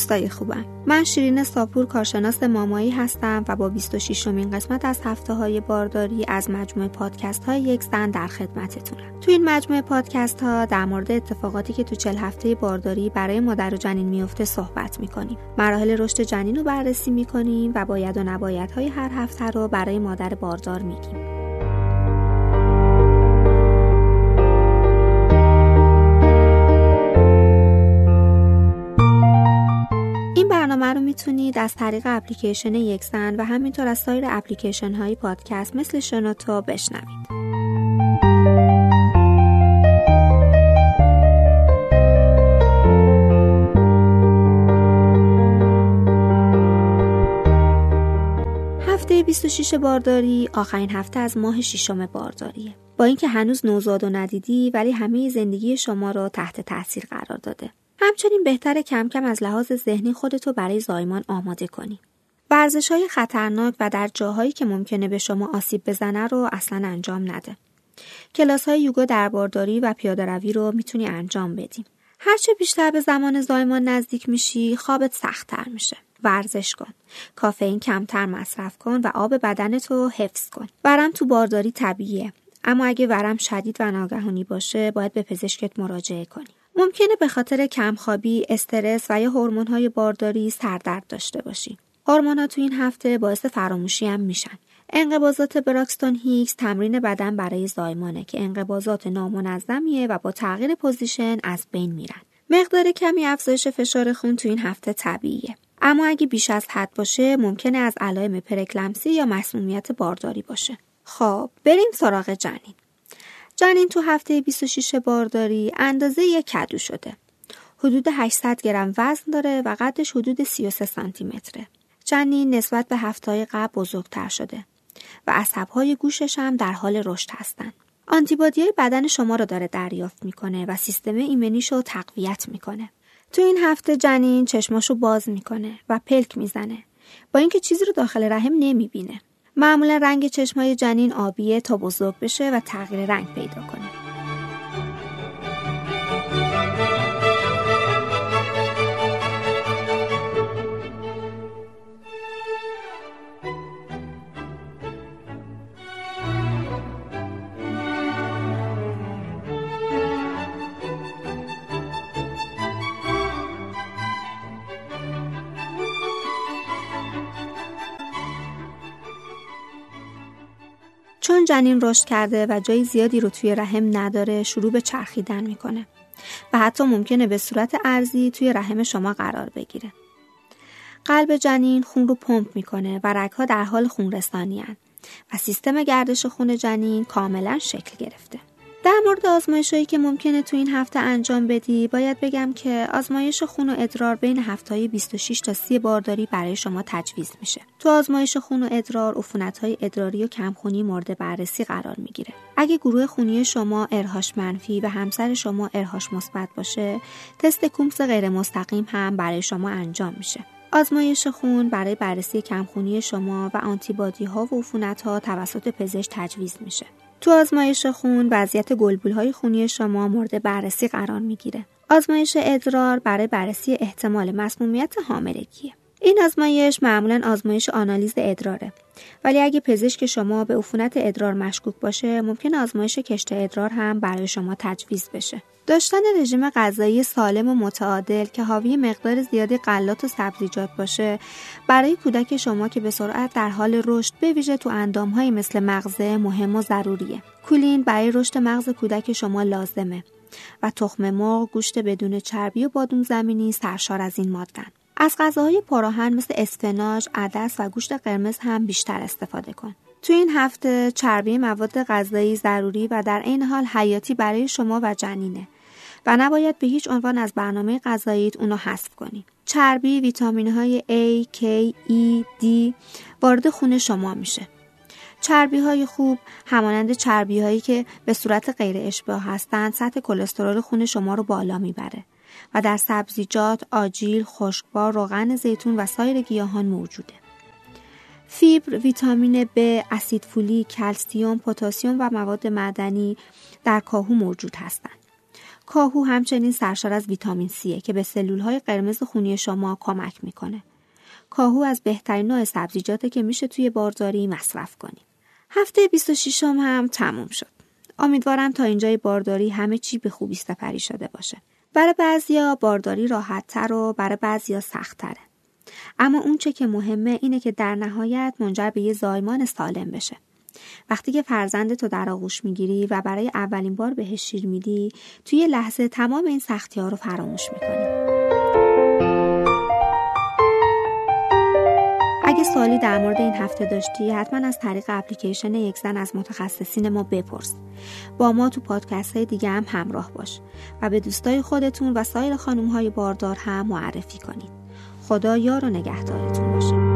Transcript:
دوستای خوبم، من شیرین ساپور کارشناس مامایی هستم و با 26مین قسمت از هفته‌های بارداری از مجموعه پادکست های یک زن در خدمتتونم. تو این مجموعه پادکست ها در مورد اتفاقاتی که تو 40 هفته بارداری برای مادر و جنین میفته صحبت میکنیم. مراحل رشد جنین رو بررسی میکنیم و باید و نبایدهای هر هفته رو برای مادر باردار میگیم. برنامه رو میتونید از طریق اپلیکیشن یک زن و همینطور از سایر اپلیکیشن های پادکست مثل شنوتو بشنوید. هفته 26 بارداری آخرین هفته از ماه 6 بارداریه. با اینکه هنوز نوزاد و ندیدی ولی همه زندگی شما رو تحت تاثیر قرار داده. همچنین بهتره کم کم از لحاظ ذهنی خودتو برای زایمان آماده کنی. ورزش‌های خطرناک و در جاهایی که ممکنه به شما آسیب بزنه رو اصلا انجام نده. کلاس‌های یوگا در بارداری و پیاده‌روی رو میتونی انجام بدی. هرچه بیشتر به زمان زایمان نزدیک میشی، خوابت سخت‌تر میشه. ورزش کن. کافئین کمتر مصرف کن و آب بدنتو حفظ کن. ورم تو بارداری طبیعیه، اما اگه ورم شدید و ناگهانی باشه، باید به پزشکت مراجعه کنی. ممکنه به خاطر کمخوابی، استرس و یا هورمون‌های بارداری سردرد داشته باشی. هورمون‌ها تو این هفته باعث فراموشی هم میشن. انقباضات براکستون هیکس تمرین بدن برای زایمانه که انقباضات نامنظمیه و با تغییر پوزیشن از بین میرن. مقدار کمی افزایش فشار خون تو این هفته طبیعیه. اما اگه بیش از حد باشه، ممکنه از علائم پرکلمسی یا مسمومیت بارداری باشه. خب، بریم سراغ جنین. جنین تو هفته 26 بارداری اندازه یک کدو شده. حدود 800 گرم وزن داره و قدش حدود 33 سانتی متره. جنین نسبت به هفته‌های قبل بزرگتر شده و عصب‌های گوشش هم در حال رشد هستن. آنتیبادی‌های بدن شما رو داره دریافت میکنه و سیستم ایمنیشو تقویت میکنه. تو این هفته جنین چشماشو باز میکنه و پلک میزنه، با اینکه چیزی رو داخل رحم نمیبینه. معمولا رنگ چشمای جنین آبیه تا بزرگ بشه و تغییر رنگ پیدا کنه. چون جنین رشد کرده و جای زیادی رو توی رحم نداره، شروع به چرخیدن میکنه و حتی ممکنه به صورت عرضی توی رحم شما قرار بگیره. قلب جنین خون رو پمپ میکنه و رگ‌ها در حال خون رسانی هستند و سیستم گردش خون جنین کاملا شکل گرفته. در مورد آزمایشایی که ممکنه تو این هفته انجام بدی، باید بگم که آزمایش خون و ادرار بین هفته‌های 26 تا 30 بارداری برای شما تجویز میشه. تو آزمایش خون و ادرار، عفونت‌های ادراری و کمخونی مورد بررسی قرار میگیره. اگه گروه خونی شما RH منفی و همسر شما RH مثبت باشه، تست کومس غیر مستقیم هم برای شما انجام میشه. آزمایش خون برای بررسی کمخونی شما و آنتیبادی‌ها و عفونت‌ها توسط پزشک تجویز میشه. تو آزمایش خون وضعیت گلبولهای خونی شما مورد بررسی قرار میگیره. آزمایش ادرار برای بررسی احتمال مسمومیت حاملگیه. این آزمایش معمولاً آزمایش آنالیز ادراره. ولی اگه پزشک شما به عفونت ادرار مشکوک باشه، ممکن آزمایش کشت ادرار هم برای شما تجویز بشه. داشتن رژیم غذایی سالم و متعادل که حاوی مقدار زیادی غلات و سبزیجات باشه، برای کودک شما که به سرعت در حال رشد به ویژه تو اندام‌های مثل مغزه مهم و ضروریه. کولین برای رشد مغز کودک شما لازمه و تخم مرغ، گوشت بدون چربی و بادام زمینی سرشار از این ماده‌اند. از غذاهای پراهن مثل اسفناج، عدس و گوشت قرمز هم بیشتر استفاده کن. تو این هفته چربی مواد غذایی ضروری و در عین حال حیاتی برای شما و جنینه و نباید به هیچ عنوان از برنامه غذاییت اونو حذف کنی. چربی ویتامین‌های A, K, E, D وارد خون شما میشه. چربی‌های خوب همانند چربی‌هایی که به صورت غیر اشباع هستند، سطح کلسترول خون شما رو بالا میبره و در سبزیجات، آجیل، خشکبار، روغن زیتون و سایر گیاهان موجوده. فیبر، ویتامین B، اسید فولیک، کلسیم، پتاسیم و مواد معدنی در کاهو موجود هستند. کاهو همچنین سرشار از ویتامین C که به سلولهای قرمز خونی شما کمک میکنه. کاهو از بهترین نوع سبزیجاته که میشه توی بارداری مصرف کنیم. هفته 26 هم تموم شد. امیدوارم تا اینجای بارداری همه چی به خوبی سپری شده باشه. برای بعضیا بارداری راحت‌تر و برای بعضیا سخت‌تره. اما اون چه که مهمه اینه که در نهایت منجر به یه زایمان سالم بشه. وقتی که فرزندتو در آغوش میگیری و برای اولین بار بهش شیر میدی، توی یه لحظه تمام این سختی‌ها رو فراموش میکنی. اگه سوالی در مورد این هفته داشتی، حتما از طریق اپلیکیشن یک زن از متخصصین ما بپرس. با ما تو پادکست‌های دیگه هم همراه باش و به دوستای خودتون و سایر خانم‌های باردار هم معرفی کنید. خدا یار و نگهدارتون باشه.